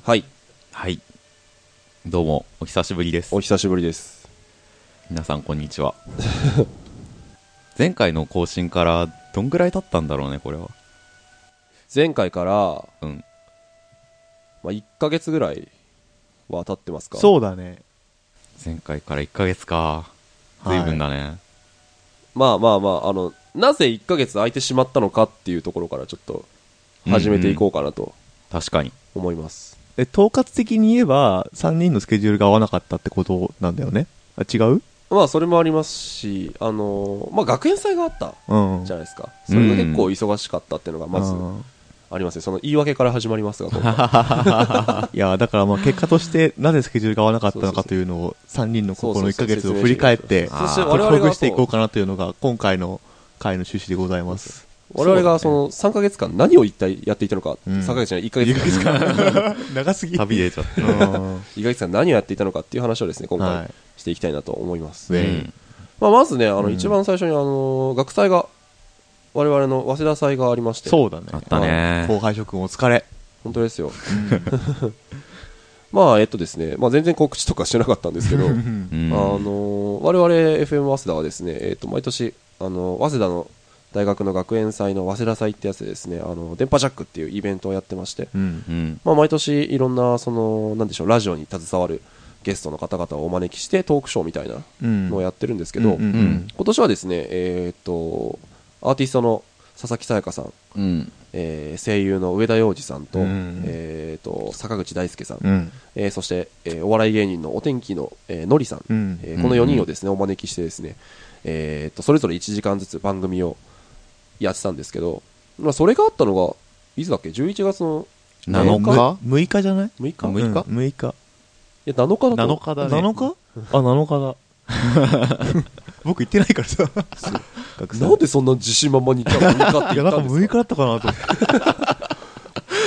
はい。 はい。どうも、お久しぶりです。 お久しぶりです。 皆さん、こんにちは。前回の更新からどんぐらい経ったんだろうね、これは。 前回から、 うん。 1ヶ月ぐらいは経ってますか？ そうだね。 前回から1ヶ月か。随分だね。 まあ、なぜ1ヶ月空いてしまったのかっていうところからちょっと始めていこうかなと確かに。 思います。 統括的に言えば、3人のスケジュールが合わなかったってことなんだよね。あ、違う？ まあ、それもありますし、学園祭があったうん。 じゃないですか。それが結構忙しかったっていうのがまずありますね。その言い訳から始まりますが、今回いや、だからまあ結果としてなぜスケジュールが合わなかったのかというのを3人のここの1ヶ月を振り返ってそして報告していこうかなというのが今回の回の趣旨でございます。 我々がその3ヶ月間何を一体やっていたのか、3ヶ月じゃない1ヶ月間長すぎ。 旅出ちゃって。 1ヶ月間何をやっていたのかっていう話をですね、今は回していきたいなと思います。 うんまずね、一番最初に学祭が、我々の早稲田祭がありまして。 そうだね。 あったね。 後輩諸君お疲れ。 本当ですよ。ですね、全然告知とかしてなかったんですけど、我々 FM 早稲田はですね、毎年、早稲田の大学の学園祭の早稲田祭ってやつでですね、電波ジャックっていうイベントをやってまして、毎年いろんな、なんでしょう、ラジオに携わるゲストの方々をお招きしてトークショーみたいなのをやってるんですけど、今年はですね、アーティストの佐々木さやかさん、声優の上田洋二さんと、坂口大輔さん、そして、お笑い芸人のお天気の、のりさん、この4人をですね、お招きしてですね、それぞれ1時間ずつ番組をやってたんですけど、それがあったのがいつだっけ、11月の 7日 ?6 日じゃない ?6 日 6日、 6日。 いや7日だと 7日だね。 7日あ、7日だ。僕行ってないからさ。 なんでそんな自信満々に言ったの？6日っていや、なんか6 言ったんですか？ 日だったかなと思って。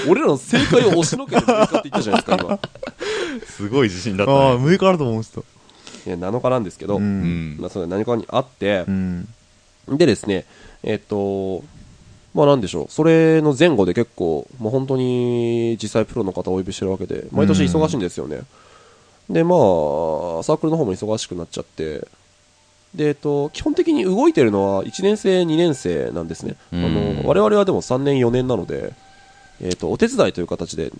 俺らの正解を押しのけて6日って言ったじゃないですか、今。 すごい自信だったね。 ああ、6日だと思うんですと。 いや、7日なんですけど、それ7日にあって、でですね、なんでしょう、それの前後で結構、本当に実際プロの方をお呼びしてるわけで、毎年忙しいんですよね。で、サークルの方も忙しくなっちゃって、で、基本的に動いてるのは1年生、2年生なんですね。我々はでも3年、4年なので、お手伝いという形で、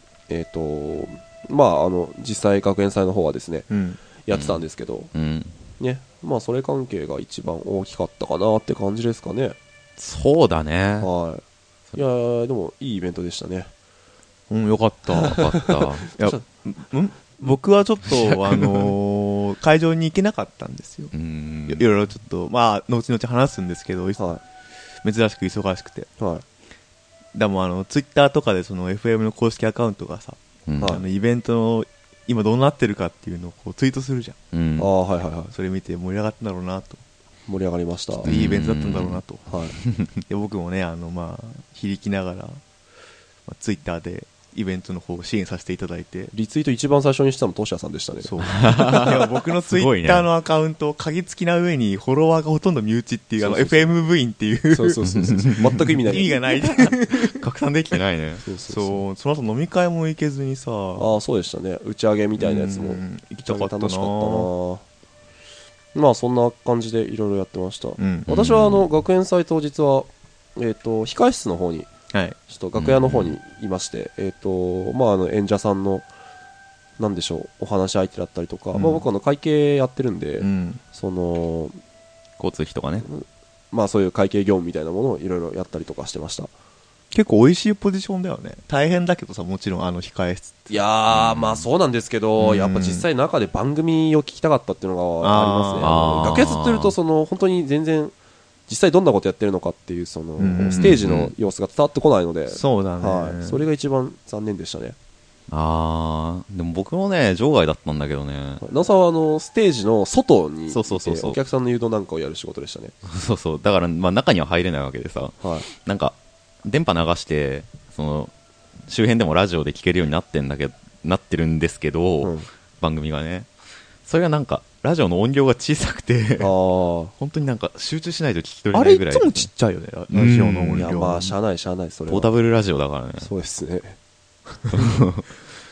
実際学園祭の方はですね、やってたんですけど、ね、それ関係が一番大きかったかなって感じですかね。 そうだね。 はい。いやー、でもいいイベントでしたね。 よかった。 よかった。いや、 僕はちょっと、会場に行けなかったんですよ。いろいろちょっと、後々話すんですけど、珍しく忙しくて。でもツイッターとかでその FM の公式アカウントがさ、イベントの今どうなってるかっていうのをこうツイートするじゃん。それ見て盛り上がったんだろうなと。 盛り上がりました。 いいイベントだったんだろうなと。で僕もね、響きながら、ツイッターでイベントの方を支援させていただいて。 リツイート一番最初にしたのトシヤさんでしたね。 そう。でも僕のツイッターのアカウント、鍵付きな上にフォロワーがほとんど身内っていう、FM 部員っていう。 そう。全く意味ない。 意味がない。 拡散できてないね。 そう。その後飲み会も行けずにさ。 ああ、そうでしたね。打ち上げみたいなやつも行きたかったな。 楽しかったな。そんな感じでいろいろやってました。私は学園祭当日は、控え室の方に、ちょっと楽屋の方にいまして、演者さんの、なんでしょう、お話し相手だったりとか、僕は会計やってるんで、その、 交通費とかね。 そういう会計業務みたいなものをいろいろやったりとかしてました。 結構美味しいポジションだよね。大変だけどさ、もちろん控え室って。 いやー、そうなんですけど、やっぱ実際中で番組を聞きたかったっていうのがありますね。楽屋ずっといると、本当に全然、実際どんなことやってるのかっていうステージの様子が伝わってこないので、 そうだね。 それが一番残念でしたね。 でも僕もね、場外だったんだけどね。 なおさんはステージの外にいておお客さんの誘導なんかをやる仕事でしたね。 そう。だから中には入れないわけでさ、なんか電波流して周辺でもラジオで聞けるようになってるんですけど、番組がね、それがなんかラジオの音量が小さくて本当になんか集中しないと聞き取れないぐらい。 あれいつもちっちゃいよね、ラジオの音量。 しゃあない、それは。 ポータブルラジオだからね。 そうですね。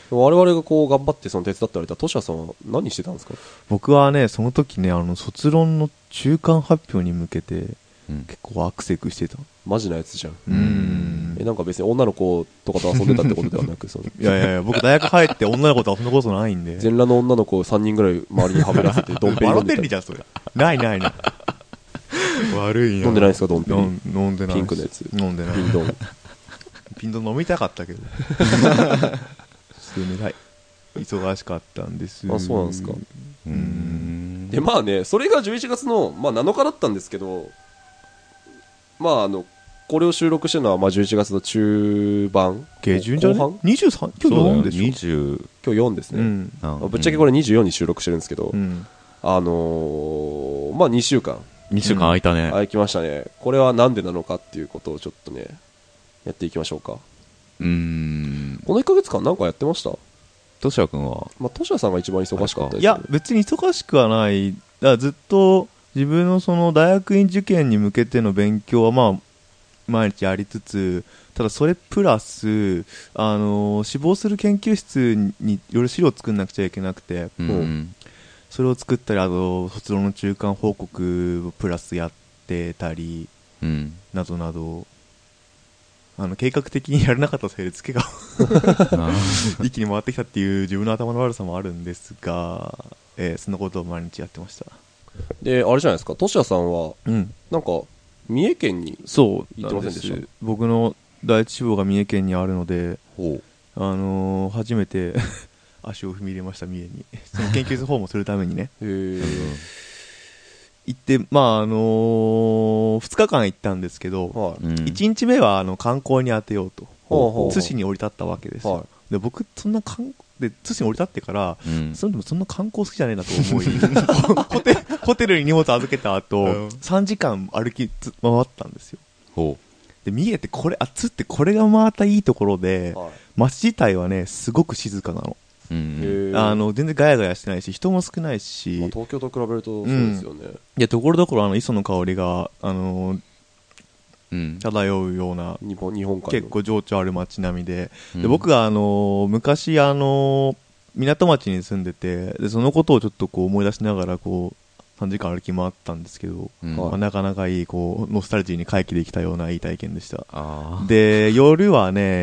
我々がこう頑張ってその手伝って言われたトシヤさんは何してたんですか？ 僕はね、その時ね、卒論の中間発表に向けて、結構アクセクしてた。 マジなやつじゃん。なんか別に女の子とかと遊んでたってことではなく、 いやいやいや、僕大学入って女の子と遊んだことないんで。 全裸の女の子3人ぐらい周りにはべらせて、ドンペリ飲んでた。 笑ってんじゃん、それ。ない。悪いな。 飲んでないですか、ドンペリ。 飲んでない。 ピンクのやつ。 飲んでない。 ピンドン。 ピンドン飲みたかったけど。数年はい。忙しかったんです。 あ、そうなんですか。で、まあね、それが11月の、まあ、7日だったんですけど、まあこれを収録してるのはまあ11月の中盤下旬じゃね？ 23？ 今日4でしょ？ 今日4ですね。ぶっちゃけこれ24に収録してるんですけど、まあ2週間空いたね。 空きましたね。これはなんでなのかっていうことをちょっとね、やっていきましょうか。この1ヶ月間何かやってました？ トシヤ君は？ まあトシヤさんが一番忙しかったですね。 いや、別に忙しくはない。だからずっと自分のその大学院受験に向けての勉強はまあ毎日やりつつ、ただそれプラス志望する研究室にいろいろ資料を作んなくちゃいけなくて、それを作ったり、卒論の中間報告をプラスやってたり、などなど計画的にやれなかったせいでツケが一気に回ってきたっていう自分の頭の悪さもあるんですが、そんなことを毎日やってました。 で、あれじゃないですか、トシヤさんは、なんか三重県に行ってませんでした？ 僕の第一志望が三重県にあるので、初めて足を踏み入れました、三重に。その研究室訪問するためにね。行って、まあ2日間行ったんですけど、1日目は観光に当てようと、津市に降り立ったわけですよ。で、僕そんなで津市に降り立ってから、そんな観光好きじゃねえなと思いホテルに荷物預けた後、3時間歩き回ったんですよ。で、三重って津ってこれがまたいいところで、街自体はねすごく静かなの。全然ガヤガヤしてないし、人も少ないし、 東京と比べるとそうですよね。 いや、ところどころ磯の香りが漂うような日本海結構情緒ある街並みで、僕が昔港町に住んでて、でそのことをちょっとこう思い出しながらこう3時間歩き回ったんですけど、なかなかいいこうノスタルジーに回帰できたようないい体験でした。で、夜はね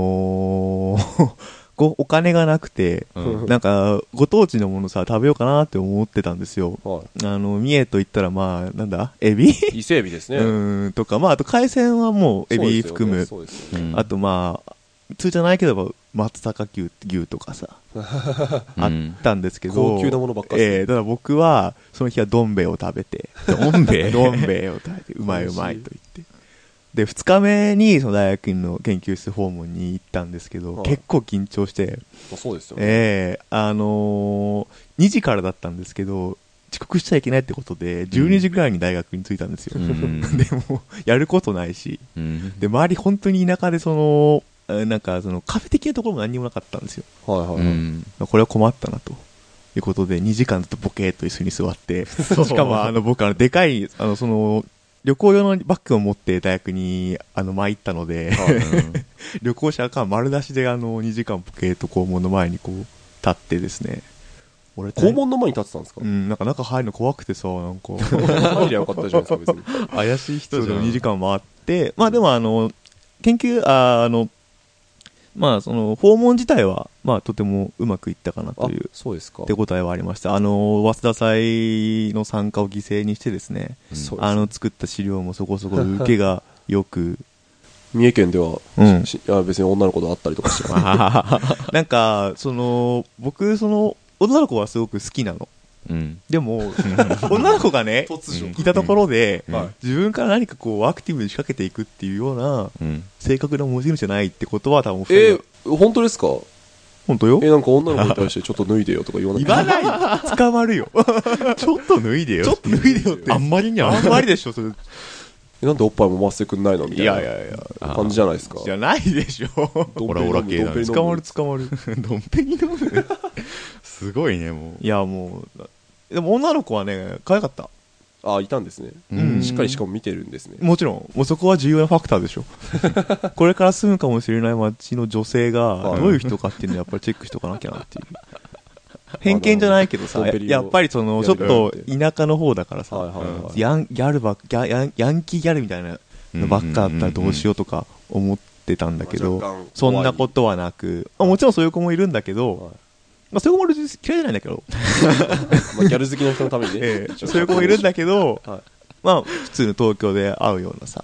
お金がなくて、なんかご当地のものさ食べようかなって思ってたんですよ。三重と言ったらまあなんだエビ伊勢エビですね。 とか、まああと海鮮はもうエビ含む、あとまあ普通じゃないけど松阪牛とかさあったんですけど、 高級なものばっかり。 ただ僕はその日はどん兵衛を食べてどん兵衛を食べてうまいうまいと言って、で2日目にその大学院の研究室訪問に行ったんですけど、結構緊張して、 そうですよね。 2時からだったんですけど遅刻しちゃいけないってことで12時ぐらいに大学に着いたんですよ。でもやることないし、で周り本当に田舎でなんかカフェ的なところも何にもなかったんですよ。これは困ったなということで2時間ずっとボケーっと椅子に座ってしかも僕でかい旅行用のバッグを持って大学に参ったので、旅行者が丸出しで2時間ボケーっと校門の前にこう立ってですね、 校門の前に立ってたんですか？ なんか中入るの怖くてさ、なんか入りゃよかったじゃないですか別に。 怪しい人じゃん。2時間回って、まあでも研究まあ訪問自体はまあとてもうまくいったかなという手応えはありました。早稲田祭の参加を犠牲にしてですね、作った資料もそこそこ受けがよく三重県では、別に女の子と会ったりとかしてなんか僕女の子はすごく好きなの。でも女の子がねいたところで、自分から何かこうアクティブに仕掛けていくっていうような性格の持ち主じゃないってことは多分本当ですか？ 本当よ。 なんか女の子に対してちょっと脱いでよとか言わない。 言わない捕まるよ。ちょっと脱いでよ。ちょっと脱いでよってあんまりでしょそれ。 なんでおっぱいも回してくんないのみたいな感じじゃないですか。 じゃないでしょ。 オラオラ系だね。 捕まる。 ドンペに飲む。すごいねもう。 いやもうでも女の子はね可愛かった。 いたんですね、しっかりしかも見てるんですね。 もちろんもうそこは重要なファクターでしょこれから住むかもしれない町の女性がどういう人かっていうのをやっぱりチェックしとかなきゃなっていう偏見じゃないけどさ、やっぱりそのちょっと田舎の方だからさ、ヤンキーギャルみたいなのばっかだったらどうしようとか思ってたんだけど、そんなことはなく、もちろんそういう子もいるんだけど、そういう子も嫌いじゃないんだけどギャル好きの人のためにね、 そういう子もいるんだけど、普通の東京で会うようなさ、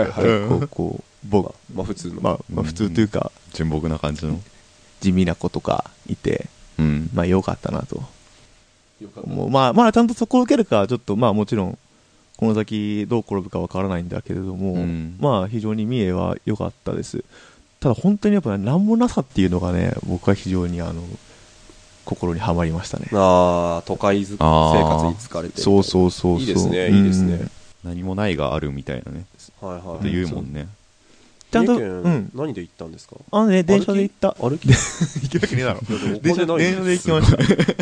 普通の普通というか純朴な感じの地味な子とかいて、良かったなと。まだちゃんとそこを受けるかはちょっともちろんこの先どう転ぶかわからないんだけれども、非常に三重は良かったです。ただ本当にやっぱ何もなさっていうのがね、僕は非常に心にはまりましたね。 都会生活に疲れて、 そういいですね、いいですね。 何もないがあるみたいなね、って言うもんね。 ちゃんと何で行ったんですか？ 電車で行った。 歩き行くわけねえだろ。電車で行きました。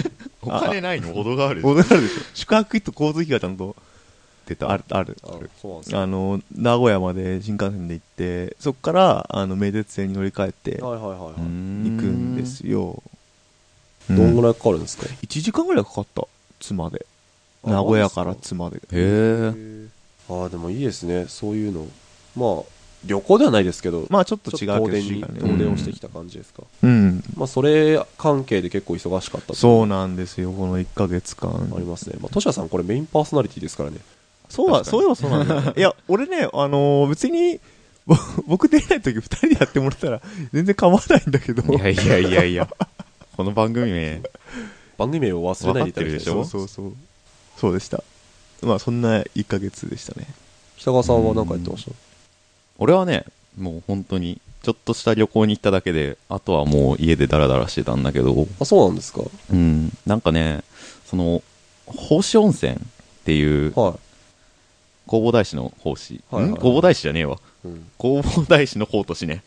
お金ないの？程があるでしょ。 宿泊費と交通費がちゃんとある。名古屋まで新幹線で行って、そこから名鉄線に乗り換えて行くんですよ。 どんぐらいかかるんですか ？1時間ぐらいかかった。妻で。名古屋から妻で。 へえ。でもいいですね、そういうの。旅行ではないですけど、 ちょっと違うけど遠出をしてきた感じですか？それ関係で結構忙しかったそうなんですよ、この1ヶ月間ありますね。トシヤさんこれメインパーソナリティですからね。 そういえばそうなんだいや俺ね、別に僕出ない時2人でやってもらったら全然構わないんだけど、 いやこの番組名を忘れないでいただきたいでしょ。 そうでした。そんな1ヶ月でしたね。 北川さんは何かやってました？ 俺はね、もう本当にちょっとした旅行に行っただけで、あとはもう家でダラダラしてたんだけど。 そうなんですか？ なんかね、奉仕温泉っていう、広報大使の奉仕、広報大使じゃねえわ、広報大使の方としね、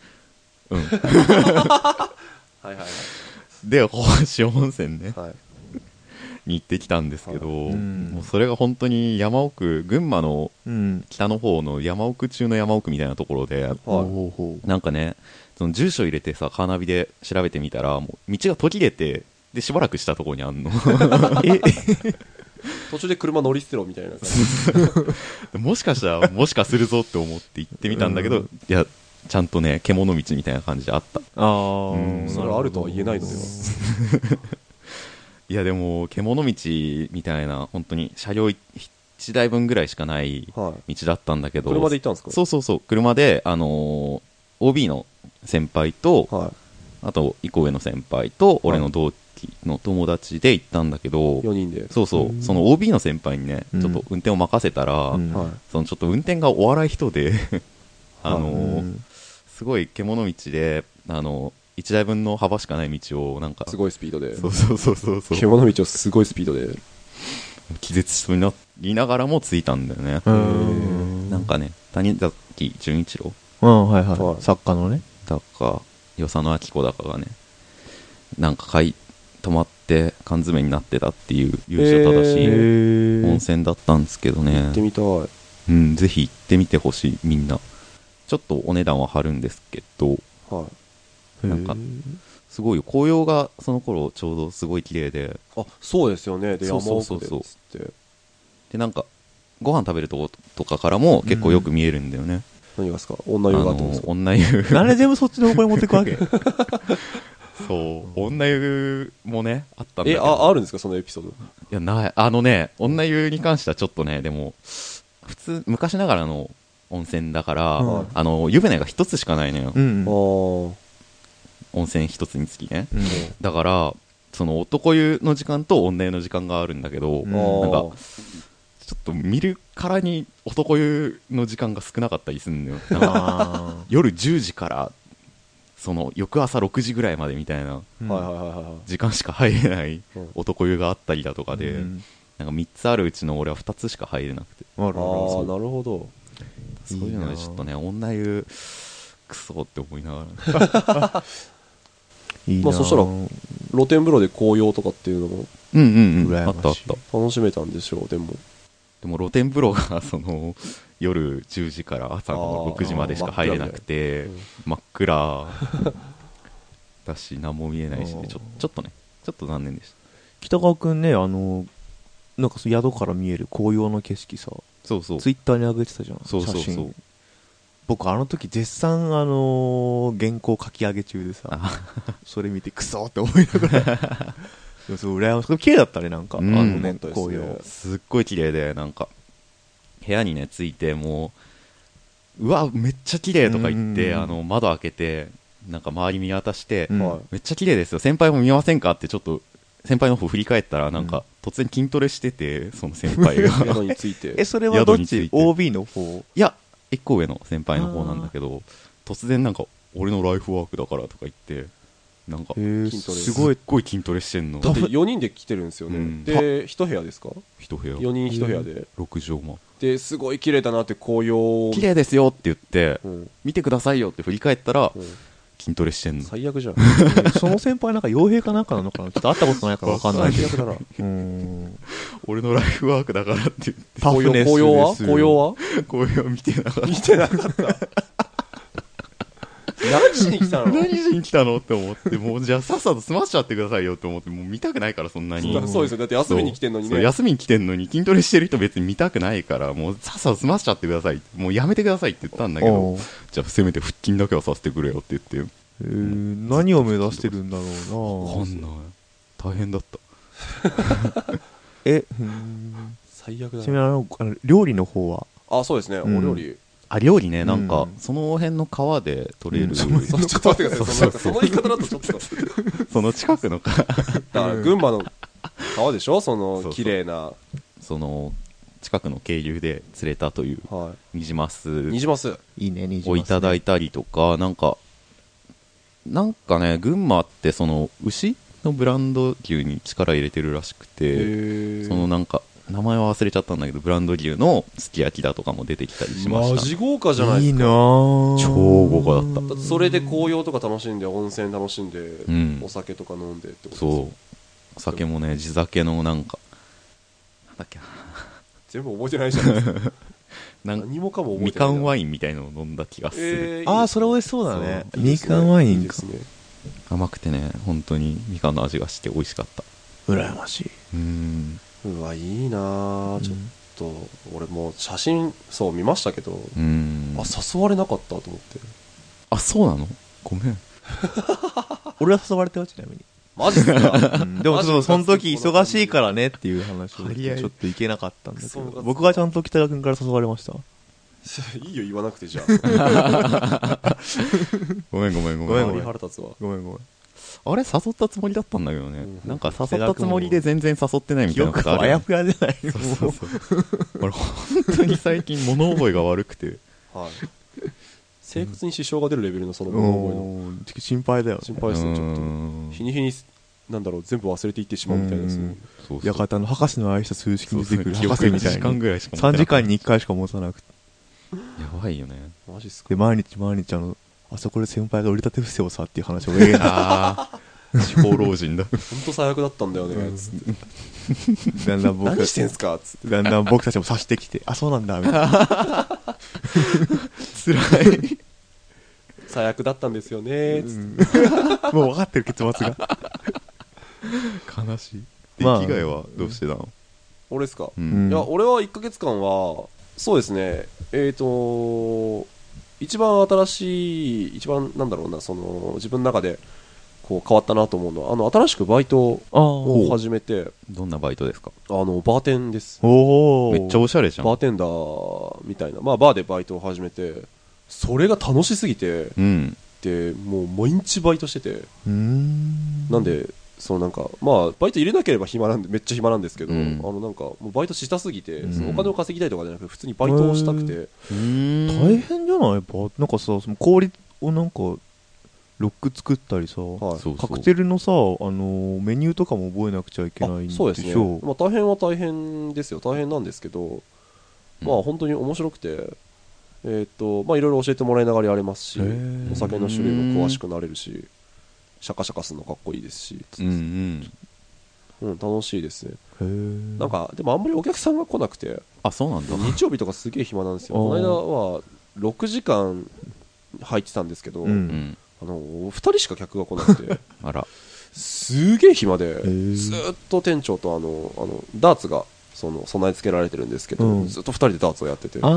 で奉仕温泉ね、に行ってきたんですけど、もうそれが本当に山奥、群馬の北の方の山奥中の山奥みたいなところで、なんかね、その住所入れてさ、カーナビで調べてみたら、もう道が途切れて、でしばらくしたところにあんの途中で車乗り捨てろみたいな感じもしかするぞって思って行ってみたんだけど、いやちゃんとね、獣道みたいな感じであった。 それあるとは言えないのではいやでも獣道みたいな本当に車両1台分ぐらいしかない道だったんだけど、 車で行ったんですか？ そう車でOB の先輩と、あと1個上の先輩と俺の同期の友達で行ったんだけど、 4人でその OB の先輩にね、ちょっと運転を任せたら、そのちょっと運転がお笑い人ですごい獣道で1台分の幅しかない道をなんかすごいスピードで、 そう獣道をすごいスピードで気絶しそうになりながらも着いたんだよね。なんかね、谷崎潤一郎、 作家のね、 だか与謝野明子だかがね、なんか泊まって缶詰になってたっていう由緒正しい温泉だったんですけどね。 行ってみたい。 ぜひ行ってみてほしい。みんなちょっとお値段は張るんですけど、なんかすごいよ、紅葉がその頃ちょうどすごい綺麗で、 そうですよね。で山奥でっつって、 でなんかご飯食べるとことかからも結構よく見えるんだよね。 何がですか？女湯があったんですか？ 女湯なんで全部そっちの方向に持ってくわけ女湯もねあったんだけど、 あるんですかそのエピソード？ いやない女湯に関してはちょっとね、でも普通昔ながらの温泉だから、湯船が一つしかないのよ、温泉一つにつきね、だからその男湯の時間と女湯の時間があるんだけど、なんかちょっと見るからに男湯の時間が少なかったりするんだよ。夜10時からその翌朝6時ぐらいまでみたいな時間しか入れない男湯があったりだとかで、なんか3つあるうちの俺は2つしか入れなくて、 なるほど。 そういうのでちょっとね、女湯クソって思いながらいいな。そしたら露天風呂で紅葉とかっていうのもあった楽しめたんでしょう。でもでも露天風呂がその夜10時から朝の6時までしか入れなくて真っ暗だし何も見えないし、ちょっとねちょっと残念でした。 北川くんね、なんか宿から見える紅葉の景色さ、 そうそうツイッターに上げてたじゃん。 そうそうそう、 写真。僕あの時絶賛原稿書き上げ中でさそれ見てクソって思いながらでもそう羨ましい。綺麗だったね、なんか、ね、紅葉すっごい綺麗で、なんか部屋にね着いてもうわめっちゃ綺麗とか言って窓開けてなんか周り見渡して、めっちゃ綺麗ですよ先輩も見ませんかってちょっと先輩の方振り返ったらなんか、突然筋トレしててその先輩が宿についてそれはどっち OB の方？ いや1個上の先輩の方なんだけど、突然なんか俺のライフワークだからとか言ってなんかすごい筋トレしてんの。 だって4人で来てるんですよね、で1部屋ですか ？1部屋 4人1部屋で 6畳間ですごい綺麗だなって紅葉綺麗ですよって言って、見てくださいよって振り返ったら、筋トレしてんの。 最悪じゃんその先輩なんか傭兵かなんかなのかな、ちょっと会ったことないから分かんない最悪だな俺のライフワークだからって言ってタフネスです。 紅葉見てなかった。 見てなかった何しに来たの何しに来たのって思って、もうじゃあさっさと済ましちゃってくださいよって思って、もう見たくないからそんなに。 そうですよ、だって休みに来てんのにね。 休みに来てんのに筋トレしてる人別に見たくないから、もうさっさと済ましちゃってください、もうやめてくださいって言ったんだけど、じゃあせめて腹筋だけはさせてくれよって言って。 何を目指してるんだろうな。 わかんない。大変だった。 最悪だな。 ちなみに料理の方は？ そうですね、お料理。 料理ね、なんか、その辺の川で取れる。 ちょっと待ってください、その言い方だとちょっと。 その近くの川。だから群馬の川でしょ、その綺麗な。 その近くの渓流で釣れたというニジマス。 ニジマス。 いいね、ニジマス。 をいただいたりとか、なんかね、群馬ってその牛のブランド牛に力入れてるらしくて、そのなんか、名前は忘れちゃったんだけどブランド牛のすき焼きだとかも出てきたりしました。 マジ豪華じゃないですか。 いいな超豪華だった。 だってそれで紅葉とか楽しんで温泉楽しんで、お酒とか飲んでってことです。 そうお酒もね地酒のなんだっけ全部覚えてないじゃないですか何もかも覚えてない。 みかんワインみたいなのを飲んだ気がする。 それ美味しそうだね。みかんワインですね。 甘くてね本当にみかんの味がして美味しかった。 羨ましい。 うわいいな、ちょっと俺も写真見ましたけど、誘われなかったと思って。 そうなの？ごめん俺は誘われたよ、ちなみに。 マジっすかでもその時忙しいからねっていう話をちょっといけなかったんだけど、僕がちゃんと北川君から誘われました。 いいよ言わなくて。じゃあごめん腹立つわ。 ごめんあれ誘ったつもりだったんだけどね、なんか誘ったつもりで全然誘ってないみたいなことある。 あやふやじゃないよ。 そう俺本当に最近物覚えが悪くて生活に支障が出るレベルのその物覚えの心配だよね。 心配ですね。ちょっと日に日に全部忘れていってしまうみたいな。 館の博士の愛した数式に出てくる博士みたいに3時間に1回しか持たなくてやばいよね。 マジっすか。 で毎日あそこで先輩が売り立て伏せをさっていう話を言えない地方老人だ。 本当最悪だったんだよねつってだんだん何してんすかつってだんだん僕たちも察してきてそうなんだみたいな辛い最悪だったんですよねつって、 もう分かってる結末が悲しい。で生きがいはどうしてたの？ 俺ですか、いや俺は1ヶ月間はそうですね一番新しい一番なんだろうな、その自分の中でこう変わったなと思うのは新しくバイトを始めて。 どんなバイトですか？ バーテンです。 めっちゃおしゃれじゃん。 バーテンダーみたいな、バーでバイトを始めて、それが楽しすぎて、でもう毎日バイトしてて、なんでなんかバイト入れなければめっちゃ暇なんですけど、なんかもうバイトしたすぎて、お金を稼ぎたいとかじゃなくて普通にバイトをしたくて。 大変じゃない？なんかさ、その氷をなんかロック作ったりさ、カクテルのさメニューとかも覚えなくちゃいけないんでしょ。 そうですね。大変は大変ですよ。大変なんですけど、本当に面白くて、いろいろ教えてもらいながらやれますし、お酒の種類も詳しくなれるし、シャカシャカするのかっこいいですし、 楽しいですね。なんかでもあんまりお客さんが来なくて、 あ、そうなんだ。 日曜日とかすげえ暇なんですよ。この間は6時間入ってたんですけど、2人しか客が来なくてあら、 すげえ暇で、ずっと店長とダーツが備え付けられてるんですけど、ずっと2人でダーツをやってて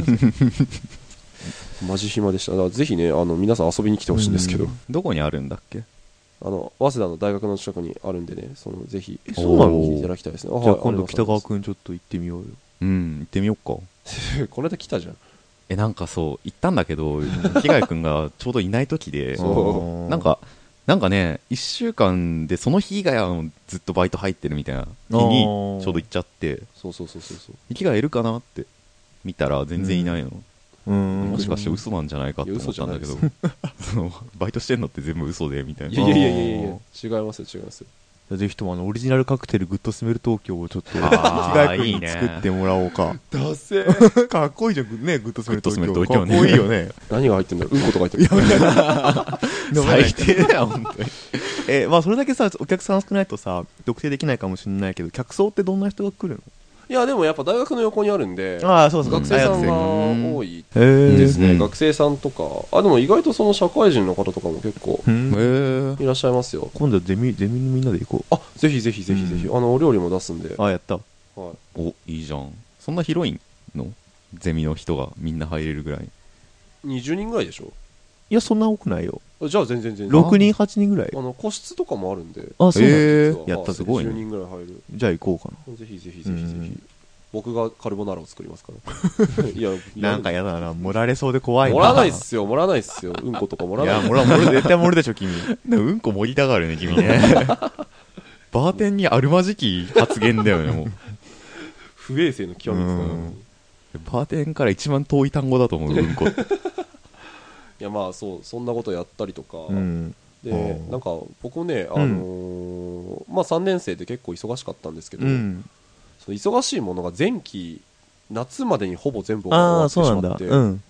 マジ暇でした。だからぜひね、皆さん遊びに来てほしいんですけど、 どこにあるんだっけ？ 早稲田の大学の近くにあるんでね、ぜひそうなの？ 来ていただきたいですね。 じゃあ今度北川くんちょっと行ってみようよ。 行ってみようか。 この間来たじゃん。 なんかそう行ったんだけど、木貝くんがちょうどいない時でなんかね、1週間でその日以外はずっとバイト入ってるみたいな日にちょうど行っちゃって、 そう木貝いるかなって見たら全然いないの。もしかして嘘なんじゃないかって思ったんだけどバイトしてんのって全部嘘でみたいな。 いや違いますよ。 ぜひともオリジナルカクテルグッドスメル東京をちょっと木貝くんに作ってもらおうか。 ダセかっこいいじゃんね、グッドスメル東京。 かっこいいよね。 何が入ってんだよ。うんことか入ってる。 最低だよ本当に。 まあそれだけさ、お客さん少ないとさ特定できないかもしれないけど、客層ってどんな人が来るの？ いやでもやっぱ大学の横にあるんで、 そう学生さんが多いですね。学生さんとか、でも意外と社会人の方とかも結構いらっしゃいますよ。 今度はゼミみんなで行こう。 ぜひお料理も出すんで。 やった。 お、いいじゃん。そんな広いの？ゼミの人がみんな入れるぐらい。 20人ぐらいでしょ？ いやそんな多くないよ。 じゃあ全然 6人8人ぐらい。 個室とかもあるんで。 そうなんです。やった、すごいね。 10人ぐらい入る。 じゃあ行こうかな。ぜひ僕がカルボナーラを作りますからいやなんかやだな、盛られそうで怖いな。 盛らないっすよ。うんことか盛らない。 いや絶対盛るでしょ君。 うんこ盛りたがるね君ね。バーテンにあるまじき発言だよね。もう不衛生の極みですから。 バーテンから一番遠い単語だと思う、うんこ。 いやまあそんなことやったりとか、でなんか僕もね3年生で結構忙しかったんですけど、忙しいものが前期夏までにほぼ全部終わってしまって、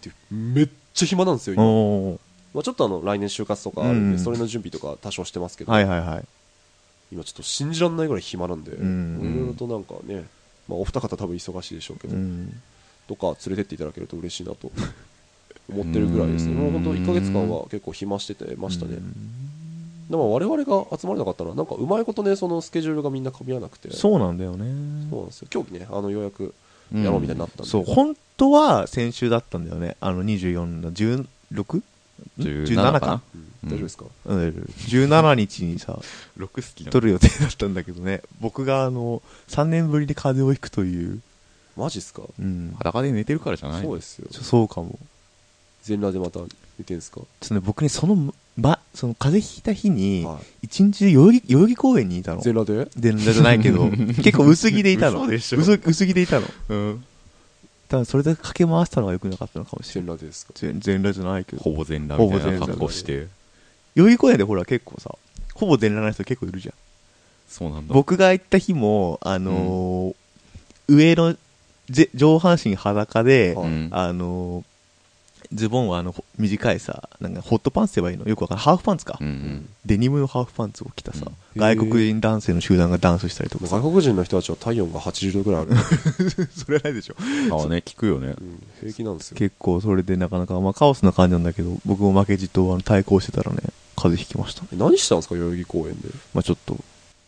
めっちゃ暇なんですよ今。ちょっと来年就活とかあるんで、それの準備とか多少してますけど、今ちょっと信じられないぐらい暇なんで、いろいろとなんかね、お二方多分忙しいでしょうけど、どっか連れてっていただけると嬉しいなと思ってるぐらいですね。もう本当1ヶ月間は結構暇しててましたね。でも我々が集まれなかったのはなんかうまいことね、そのスケジュールがみんな噛み合わなくて。 そうなんだよね。 そうなんですよ。今日ね、ようやくやろうみたいになったんで、 そう本当は先週だったんだよね。24の 16?17 か、 大丈夫ですか ？17日にさ 6好き撮る予定だったんだけどね、僕が3年ぶりで風邪をひくという。 マジっすか？ 裸で寝てるからじゃない？ そうですよ。 そうかも。 全裸でまた寝てんすか？ 僕にその風邪ひいた日に一日代々木公園にいたの。 全裸で？ 全裸じゃないけど結構薄着でいたの。 薄着でいたの。多分それで駆け回したのが良くなかったのかもしれない。 全裸ですか？ 全裸じゃないけどほぼ全裸みたいな格好して代々木公園でほら結構さほぼ全裸な人結構いるじゃん。 そうなんだ。 僕が行った日も上の上半身裸で、ズボンは短いさ、なんかホットパンツって言えばいいのよくわかんない。ハーフパンツか、デニムのハーフパンツを着たさ、外国人男性の集団がダンスしたりとか。 外国人の人たちは体温が80度ぐらいあるそれはないでしょ。 聞くよね、 平気なんですよ。 結構それでなかなか、カオスな感じなんだけど、僕も負けじと対抗してたらね、風邪ひきました。 何したんですか代々木公園で。 ちょっと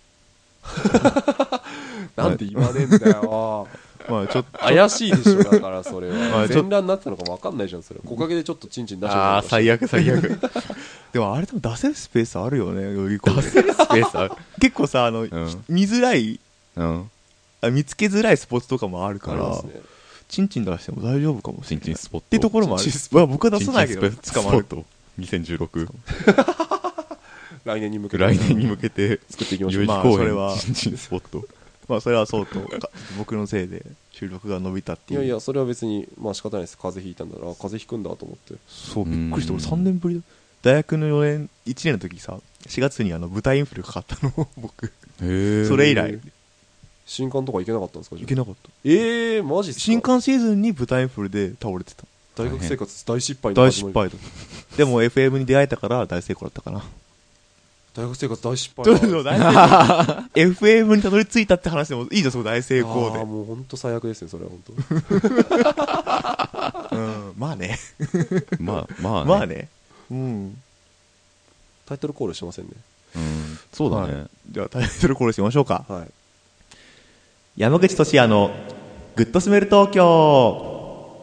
なんて言わねえんだよちょっと怪しいでしょ。だからそれは全裸になってたのかも分かんないじゃん。それ木陰でちょっとチンチン出しちゃう。 最悪でもあれでも出せるスペースあるよね。代々木公園出せるスペースある結構さ見づらい、見つけづらいスポットとかもあるから、チンチン出しても大丈夫かもしれない。 チンチンスポットってところもある。僕は出さないけど捕まると2016 来年に向けて作っていきましょう。 それはチンチンスポットそれはそうと僕のせいで収録が伸びたっていう。 いやそれは別に仕方ないです。風邪ひいたんだら風邪ひくんだと思って。 そうびっくりした。俺3年ぶりだ。大学の4年1年の時さ4月に舞台インフルかかったの僕。それ以来新刊とか行けなかったんですか？ 行けなかった。 マジっすか？ 新刊シーズンに舞台インフルで倒れてた。 大学生活大失敗。 大失敗だ。でも FM に出会えたから大成功だったかな。 大学生活大失敗大成功FM にたどり着いたって話でもいいじゃん、その大成功で。 もう本当最悪ですね、それは本当。まあね。 まあね。 タイトルコールしませんね。 そうだね。 じゃあタイトルコールしましょうか。 はい。 山口俊也のグッドスメル東京。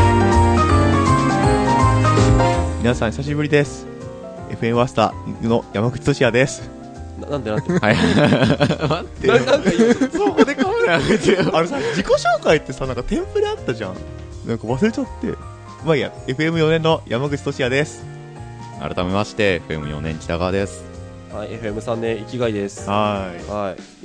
皆さん久しぶりです。FM ワスタの山口俊也です。 なんではい。 待ってよ。 なんかそこでカメラ上げてよ。さ、自己紹介ってさ、なんかテンプレあったじゃん。なんか忘れちゃって。まあいいや、FM4 年の山口俊也です。 改めまして FM4 年北川です。 はい、FM3 年生きがいです。 はい。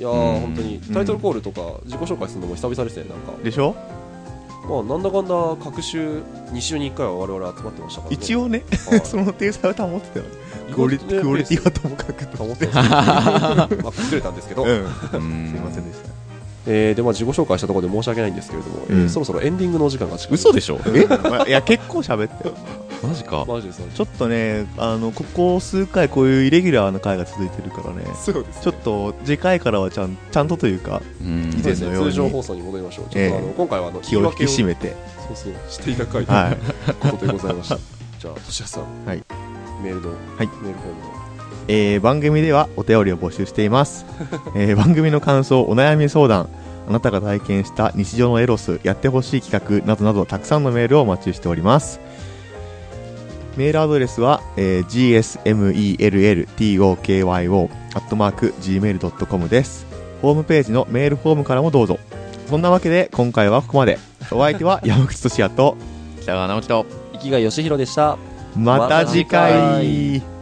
いやー、本当にタイトルコールとか自己紹介するのも久々ですね、なんか。 でしょ。 まあなんだかんだ各週2週に1回は我々集まってましたからね。 一応ね、その体裁は保ってたよね。クオリティはともかく保ってた。まあ崩れたんですけど。すいませんでした。 でまあ自己紹介したところで申し訳ないんですけれども、そろそろエンディングのお時間が近い。 嘘でしょ。 いや結構喋ってよ。 マジか。 マジです。 ちょっとね、ここ数回こういうイレギュラーな回が続いてるからね。 そうです。 ちょっと次回からはちゃんとというか、 以前のように通常放送に戻りましょう。ちょっと今回は気を引き締めて、 そうしていただいたことでございました。じゃあ俊也さん、メールのメールフォームの。 番組ではお便りを募集しています。番組の感想、お悩み相談、あなたが体験した日常のエロス、やってほしい企画などなどたくさんのメールをお待ちしております。メールアドレスは、gsmeltokyo@gmail.com です。ホームページのメールフォームからもどうぞ。そんなわけで今回はここまで。お相手は山口俊也と北川直樹と生きがいよしひろでした。 また次回。